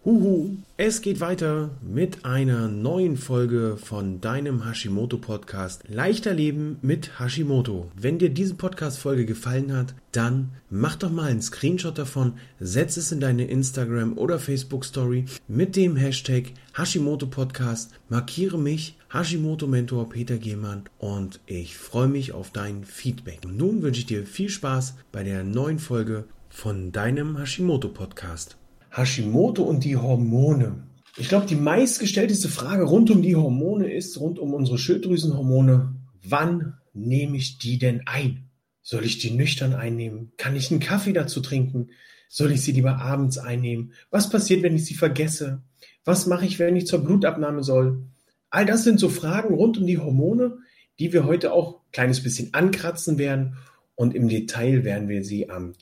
Huhu, es geht weiter mit einer neuen Folge von deinem Hashimoto-Podcast Leichter Leben mit Hashimoto. Wenn dir diese Podcast-Folge gefallen hat, dann mach doch mal einen Screenshot davon, setz es in deine Instagram- oder Facebook-Story mit dem Hashtag Hashimoto-Podcast, markiere mich, Hashimoto-Mentor Peter Gehmann, und ich freue mich auf dein Feedback. Und nun wünsche ich dir viel Spaß bei der neuen Folge von deinem Hashimoto-Podcast. Hashimoto und die Hormone. Ich glaube, die meistgestellteste Frage rund um die Hormone ist, rund um unsere Schilddrüsenhormone: Wann nehme ich die denn ein? Soll ich die nüchtern einnehmen? Kann ich einen Kaffee dazu trinken? Soll ich sie lieber abends einnehmen? Was passiert, wenn ich sie vergesse? Was mache ich, wenn ich zur Blutabnahme soll? All das sind so Fragen rund um die Hormone, die wir heute auch ein kleines bisschen ankratzen werden. Und im Detail werden wir sie am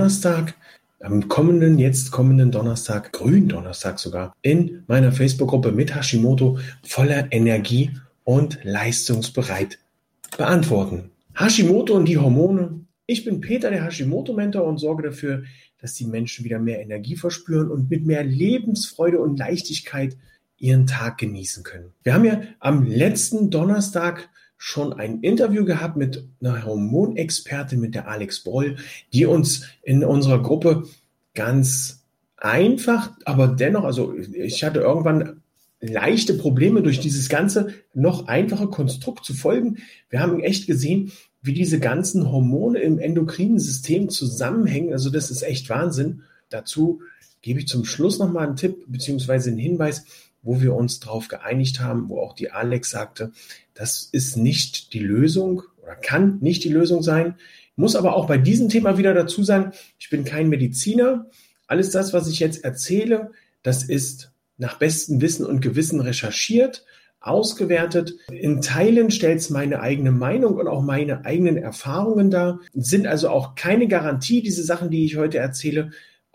jetzt kommenden Donnerstag, Gründonnerstag sogar, in meiner Facebook-Gruppe mit Hashimoto voller Energie und leistungsbereit beantworten. Hashimoto und die Hormone. Ich bin Peter, der Hashimoto-Mentor, und sorge dafür, dass die Menschen wieder mehr Energie verspüren und mit mehr Lebensfreude und Leichtigkeit ihren Tag genießen können. Wir haben ja am letzten Donnerstag schon ein Interview gehabt mit einer Hormonexpertin, mit der Alex Broll, die uns in unserer Gruppe ganz einfach, aber dennoch, also ich hatte irgendwann leichte Probleme, durch dieses ganze noch einfache Konstrukt zu folgen. Wir haben echt gesehen, wie diese ganzen Hormone im endokrinen System zusammenhängen. Also das ist echt Wahnsinn. Dazu gebe ich zum Schluss nochmal einen Tipp bzw. einen Hinweis, wo wir uns darauf geeinigt haben, wo auch die Alex sagte, das ist nicht die Lösung oder kann nicht die Lösung sein. Muss aber auch bei diesem Thema wieder dazu sagen, ich bin kein Mediziner. Alles das, was ich jetzt erzähle, das ist nach bestem Wissen und Gewissen recherchiert, ausgewertet. In Teilen stellt es meine eigene Meinung und auch meine eigenen Erfahrungen dar. Sind also auch keine Garantie, diese Sachen, die ich heute erzähle,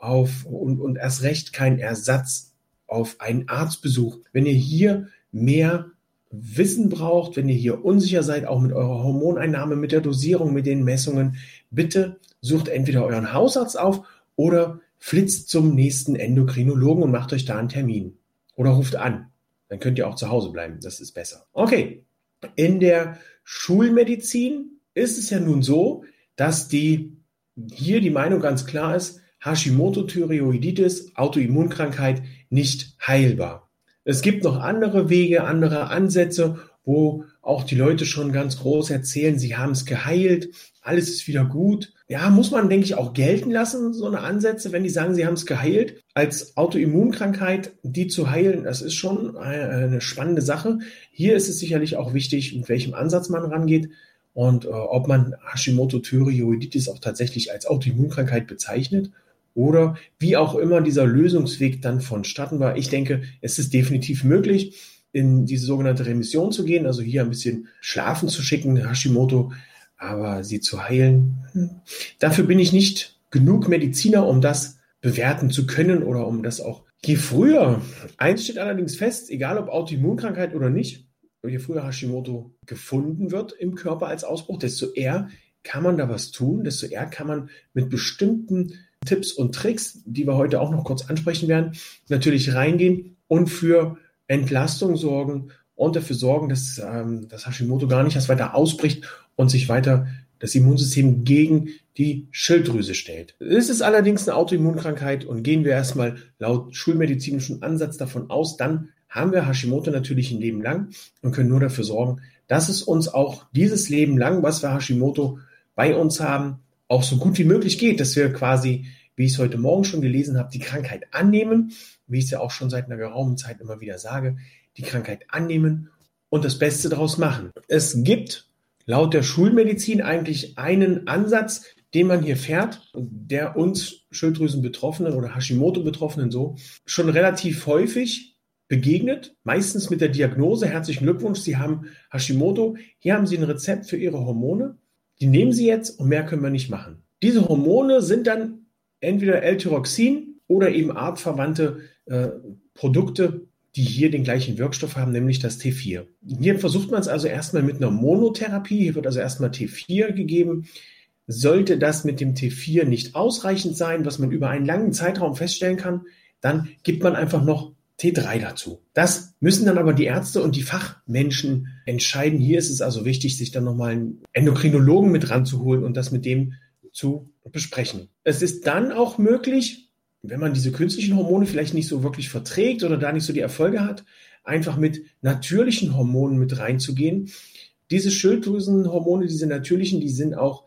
und erst recht kein Ersatz auf einen Arztbesuch. Wenn ihr hier mehr Wissen braucht, wenn ihr hier unsicher seid, auch mit eurer Hormoneinnahme, mit der Dosierung, mit den Messungen, bitte sucht entweder euren Hausarzt auf oder flitzt zum nächsten Endokrinologen und macht euch da einen Termin. Oder ruft an. Dann könnt ihr auch zu Hause bleiben. Das ist besser. Okay. In der Schulmedizin ist es ja nun so, dass hier die Meinung ganz klar ist: Hashimoto-Thyreoiditis, Autoimmunkrankheit, nicht heilbar. Es gibt noch andere Wege, andere Ansätze, wo auch die Leute schon ganz groß erzählen, sie haben es geheilt, alles ist wieder gut. Ja, muss man, denke ich, auch gelten lassen, so eine Ansätze, wenn die sagen, sie haben es geheilt. Als Autoimmunkrankheit, die zu heilen, das ist schon eine spannende Sache. Hier ist es sicherlich auch wichtig, mit welchem Ansatz man rangeht und ob man Hashimoto-Thyreoiditis auch tatsächlich als Autoimmunkrankheit bezeichnet oder wie auch immer dieser Lösungsweg dann vonstatten war. Ich denke, es ist definitiv möglich, in diese sogenannte Remission zu gehen, also hier ein bisschen schlafen zu schicken, Hashimoto, aber sie zu heilen. Dafür bin ich nicht genug Mediziner, um das bewerten zu können oder um das auch. Je früher, eins steht allerdings fest, egal ob Autoimmunkrankheit oder nicht, je früher Hashimoto gefunden wird im Körper als Ausbruch, desto eher kann man da was tun, desto eher kann man mit bestimmten Tipps und Tricks, die wir heute auch noch kurz ansprechen werden, natürlich reingehen und für Entlastung sorgen und dafür sorgen, dass das Hashimoto gar nicht erst weiter ausbricht und sich weiter das Immunsystem gegen die Schilddrüse stellt. Es ist allerdings eine Autoimmunkrankheit und gehen wir erstmal laut schulmedizinischem Ansatz davon aus, dann haben wir Hashimoto natürlich ein Leben lang und können nur dafür sorgen, dass es uns auch dieses Leben lang, was wir Hashimoto bei uns haben, auch so gut wie möglich geht, dass wir quasi, wie ich es heute Morgen schon gelesen habe, die Krankheit annehmen, wie ich es ja auch schon seit einer geraumen Zeit immer wieder sage, die Krankheit annehmen und das Beste daraus machen. Es gibt laut der Schulmedizin eigentlich einen Ansatz, den man hier fährt, der uns Schilddrüsenbetroffenen oder Hashimoto-Betroffenen so schon relativ häufig begegnet, meistens mit der Diagnose: herzlichen Glückwunsch, Sie haben Hashimoto, hier haben Sie ein Rezept für Ihre Hormone, die nehmen Sie jetzt und mehr können wir nicht machen. Diese Hormone sind dann entweder L-Tyroxin oder eben artverwandte Produkte, die hier den gleichen Wirkstoff haben, nämlich das T4. Hier versucht man es also erstmal mit einer Monotherapie, hier wird also erstmal T4 gegeben. Sollte das mit dem T4 nicht ausreichend sein, was man über einen langen Zeitraum feststellen kann, dann gibt man einfach noch T3 dazu. Das müssen dann aber die Ärzte und die Fachmenschen entscheiden. Hier ist es also wichtig, sich dann nochmal einen Endokrinologen mit ranzuholen und das mit dem zu besprechen. Es ist dann auch möglich, wenn man diese künstlichen Hormone vielleicht nicht so wirklich verträgt oder da nicht so die Erfolge hat, einfach mit natürlichen Hormonen mit reinzugehen. Diese Schilddrüsenhormone, diese natürlichen, die sind auch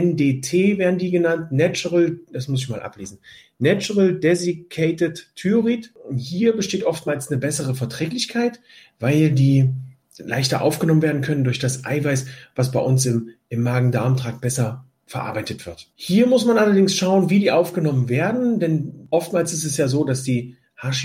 NDT, werden die genannt, Natural, das muss ich mal ablesen, Natural Desiccated Thyroid. Hier besteht oftmals eine bessere Verträglichkeit, weil die leichter aufgenommen werden können durch das Eiweiß, was bei uns im Magen-Darm-Trakt besser verarbeitet wird. Hier muss man allerdings schauen, wie die aufgenommen werden, denn oftmals ist es ja so, dass die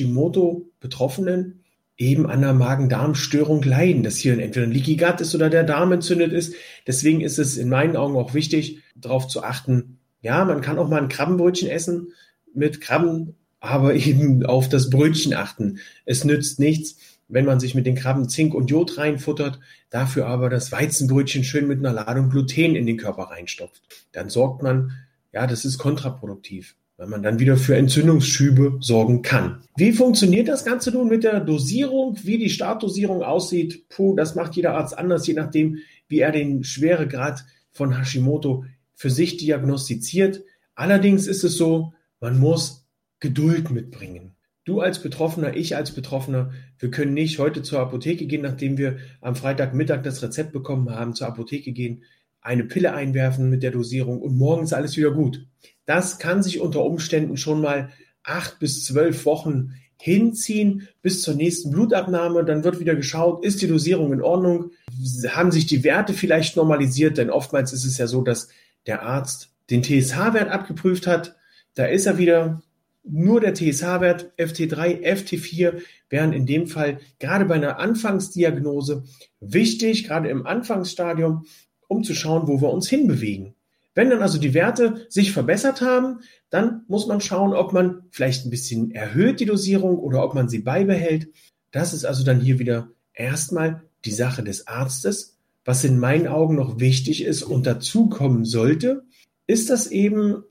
Hashimoto-Betroffenen eben an einer Magen-Darm-Störung leiden, dass hier entweder ein Leaky Gut ist oder der Darm entzündet ist. Deswegen ist es in meinen Augen auch wichtig, darauf zu achten, ja, man kann auch mal ein Krabbenbrötchen essen mit Krabben, aber eben auf das Brötchen achten. Es nützt nichts, wenn man sich mit den Krabben Zink und Jod reinfuttert, dafür aber das Weizenbrötchen schön mit einer Ladung Gluten in den Körper reinstopft. Dann sorgt man, ja, das ist kontraproduktiv, weil man dann wieder für Entzündungsschübe sorgen kann. Wie funktioniert das Ganze nun mit der Dosierung? Wie die Startdosierung aussieht, das macht jeder Arzt anders, je nachdem, wie er den Schweregrad von Hashimoto für sich diagnostiziert. Allerdings ist es so, man muss Geduld mitbringen. Du als Betroffener, ich als Betroffener, wir können nicht heute zur Apotheke gehen, nachdem wir am Freitagmittag das Rezept bekommen haben, zur Apotheke gehen, eine Pille einwerfen mit der Dosierung und morgen ist alles wieder gut. Das kann sich unter Umständen schon mal 8 bis 12 Wochen hinziehen bis zur nächsten Blutabnahme. Dann wird wieder geschaut, ist die Dosierung in Ordnung? Haben sich die Werte vielleicht normalisiert? Denn oftmals ist es ja so, dass der Arzt den TSH-Wert abgeprüft hat. Da ist er wieder. Nur der TSH-Wert, FT3, FT4 wären in dem Fall gerade bei einer Anfangsdiagnose wichtig, gerade im Anfangsstadium, um zu schauen, wo wir uns hinbewegen. Wenn dann also die Werte sich verbessert haben, dann muss man schauen, ob man vielleicht ein bisschen erhöht die Dosierung oder ob man sie beibehält. Das ist also dann hier wieder erstmal die Sache des Arztes. Was in meinen Augen noch wichtig ist und dazukommen sollte, ist das eben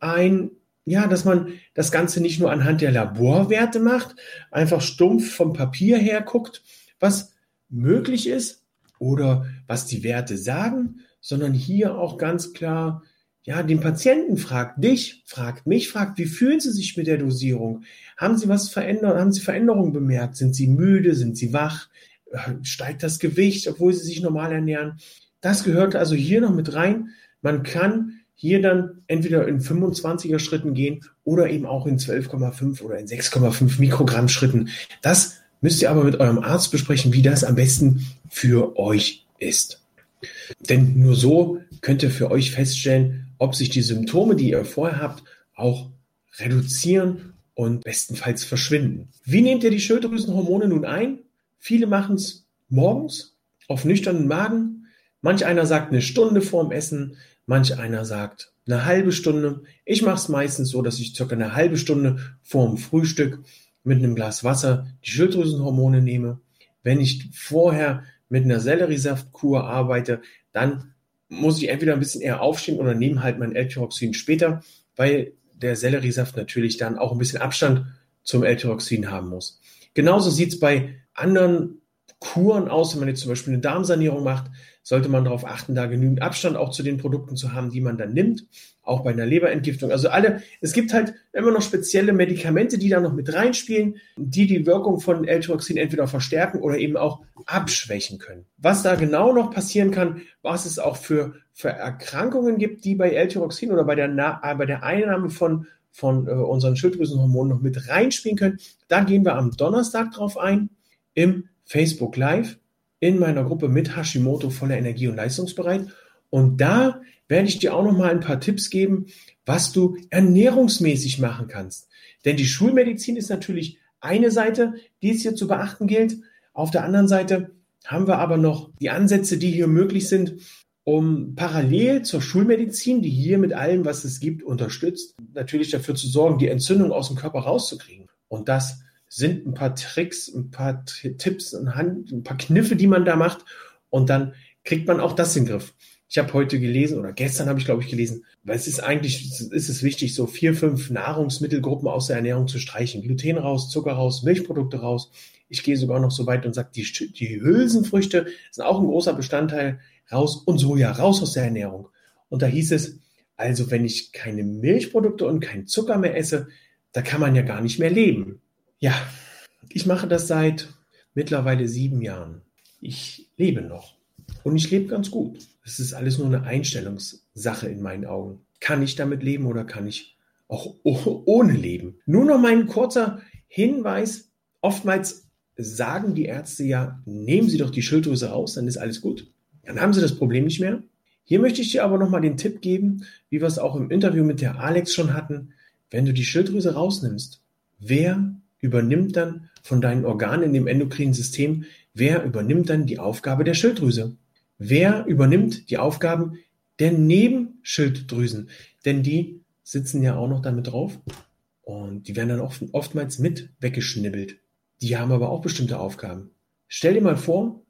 dass man das Ganze nicht nur anhand der Laborwerte macht, einfach stumpf vom Papier her guckt, was möglich ist oder was die Werte sagen, sondern hier auch ganz klar, den Patienten fragt dich, fragt mich, fragt, wie fühlen Sie sich mit der Dosierung? Haben Sie was verändert? Haben Sie Veränderungen bemerkt? Sind Sie müde? Sind Sie wach? Steigt das Gewicht, obwohl Sie sich normal ernähren? Das gehört also hier noch mit rein. Man kann hier dann entweder in 25er Schritten gehen oder eben auch in 12,5 oder in 6,5 Mikrogramm Schritten. Das müsst ihr aber mit eurem Arzt besprechen, wie das am besten für euch ist. Denn nur so könnt ihr für euch feststellen, ob sich die Symptome, die ihr vorher habt, auch reduzieren und bestenfalls verschwinden. Wie nehmt ihr die Schilddrüsenhormone nun ein? Viele machen es morgens auf nüchternen Magen. Manch einer sagt eine Stunde vorm Essen, manch einer sagt eine halbe Stunde. Ich mache es meistens so, dass ich circa eine halbe Stunde vorm Frühstück mit einem Glas Wasser die Schilddrüsenhormone nehme. Wenn ich vorher mit einer Selleriesaftkur arbeite, dann muss ich entweder ein bisschen eher aufstehen oder nehme halt mein L-Tyroxin später, weil der Selleriesaft natürlich dann auch ein bisschen Abstand zum L-Tyroxin haben muss. Genauso sieht es bei anderen Kuren aus, wenn man jetzt zum Beispiel eine Darmsanierung macht, sollte man darauf achten, da genügend Abstand auch zu den Produkten zu haben, die man dann nimmt, auch bei einer Leberentgiftung. Also es gibt halt immer noch spezielle Medikamente, die da noch mit reinspielen, die Wirkung von L-Tyroxin entweder verstärken oder eben auch abschwächen können. Was da genau noch passieren kann, was es auch für Erkrankungen gibt, die bei L-Tyroxin oder bei der Einnahme von unseren Schilddrüsenhormonen noch mit reinspielen können, da gehen wir am Donnerstag drauf ein, im Facebook Live in meiner Gruppe mit Hashimoto voller Energie und leistungsbereit. Und da werde ich dir auch noch mal ein paar Tipps geben, was du ernährungsmäßig machen kannst. Denn die Schulmedizin ist natürlich eine Seite, die es hier zu beachten gilt. Auf der anderen Seite haben wir aber noch die Ansätze, die hier möglich sind, um parallel zur Schulmedizin, die hier mit allem, was es gibt, unterstützt, natürlich dafür zu sorgen, die Entzündung aus dem Körper rauszukriegen. Und das sind ein paar Tricks, ein paar Tipps, ein paar Kniffe, die man da macht. Und dann kriegt man auch das in den Griff. Ich habe heute gelesen oder gestern habe ich, glaube ich, gelesen, weil es ist wichtig, so 4, 5 Nahrungsmittelgruppen aus der Ernährung zu streichen. Gluten raus, Zucker raus, Milchprodukte raus. Ich gehe sogar noch so weit und sage, die Hülsenfrüchte sind auch ein großer Bestandteil raus und Soja raus aus der Ernährung. Und da hieß es, also wenn ich keine Milchprodukte und keinen Zucker mehr esse, da kann man ja gar nicht mehr leben. Ja, ich mache das seit mittlerweile 7 Jahren. Ich lebe noch und ich lebe ganz gut. Es ist alles nur eine Einstellungssache in meinen Augen. Kann ich damit leben oder kann ich auch ohne leben? Nur noch mal ein kurzer Hinweis. Oftmals sagen die Ärzte ja, nehmen Sie doch die Schilddrüse raus, dann ist alles gut. Dann haben Sie das Problem nicht mehr. Hier möchte ich dir aber nochmal den Tipp geben, wie wir es auch im Interview mit der Alex schon hatten. Wenn du die Schilddrüse rausnimmst, wer übernimmt dann von deinen Organen in dem endokrinen System, wer übernimmt dann die Aufgabe der Schilddrüse? Wer übernimmt die Aufgaben der Nebenschilddrüsen? Denn die sitzen ja auch noch damit drauf und die werden dann oftmals mit weggeschnibbelt. Die haben aber auch bestimmte Aufgaben. Stell dir mal vor,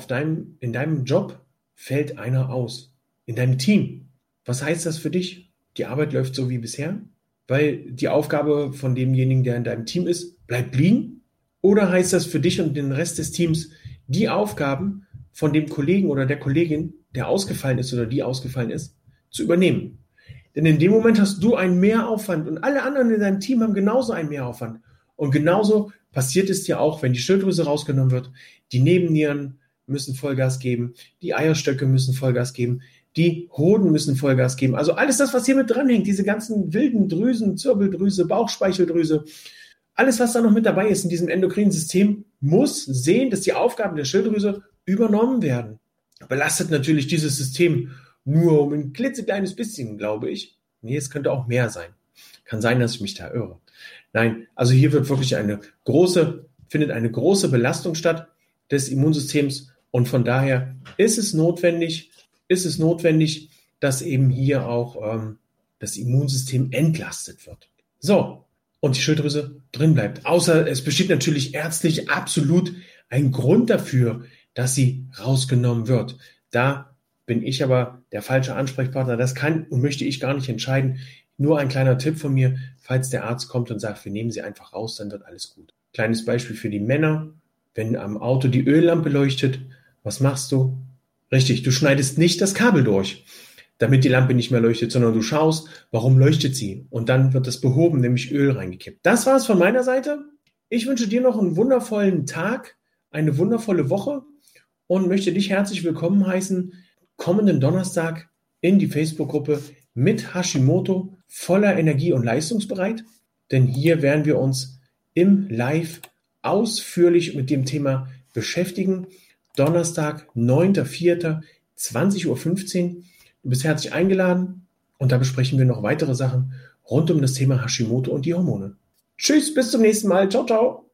in deinem Job fällt einer aus. In deinem Team. Was heißt das für dich? Die Arbeit läuft so wie bisher? Weil die Aufgabe von demjenigen, der in deinem Team ist, bleibt liegen? Oder heißt das für dich und den Rest des Teams, die Aufgaben von dem Kollegen oder der Kollegin, der ausgefallen ist oder die ausgefallen ist, zu übernehmen? Denn in dem Moment hast du einen Mehraufwand und alle anderen in deinem Team haben genauso einen Mehraufwand. Und genauso passiert es dir auch, wenn die Schilddrüse rausgenommen wird. Die Nebennieren müssen Vollgas geben, die Eierstöcke müssen Vollgas geben, die Hoden müssen Vollgas geben. Also alles das, was hier mit dranhängt, diese ganzen wilden Drüsen, Zirbeldrüse, Bauchspeicheldrüse, alles, was da noch mit dabei ist in diesem endokrinen System, muss sehen, dass die Aufgaben der Schilddrüse übernommen werden. Belastet natürlich dieses System nur um ein klitzekleines bisschen, glaube ich. Nee, es könnte auch mehr sein. Kann sein, dass ich mich da irre. Nein, also hier wird wirklich findet eine große Belastung statt des Immunsystems und von daher ist es notwendig, dass eben hier auch das Immunsystem entlastet wird. So, und die Schilddrüse drin bleibt. Außer es besteht natürlich ärztlich absolut ein Grund dafür, dass sie rausgenommen wird. Da bin ich aber der falsche Ansprechpartner. Das kann und möchte ich gar nicht entscheiden. Nur ein kleiner Tipp von mir, falls der Arzt kommt und sagt, wir nehmen sie einfach raus, dann wird alles gut. Kleines Beispiel für die Männer. Wenn am Auto die Öllampe leuchtet, was machst du? Richtig, du schneidest nicht das Kabel durch, damit die Lampe nicht mehr leuchtet, sondern du schaust, warum leuchtet sie? Und dann wird das behoben, nämlich Öl reingekippt. Das war es von meiner Seite. Ich wünsche dir noch einen wundervollen Tag, eine wundervolle Woche und möchte dich herzlich willkommen heißen, kommenden Donnerstag in die Facebook-Gruppe mit Hashimoto voller Energie und leistungsbereit. Denn hier werden wir uns im Live ausführlich mit dem Thema beschäftigen. Donnerstag, 9.4., 20.15 Uhr. Du bist herzlich eingeladen und da besprechen wir noch weitere Sachen rund um das Thema Hashimoto und die Hormone. Tschüss, bis zum nächsten Mal. Ciao, ciao.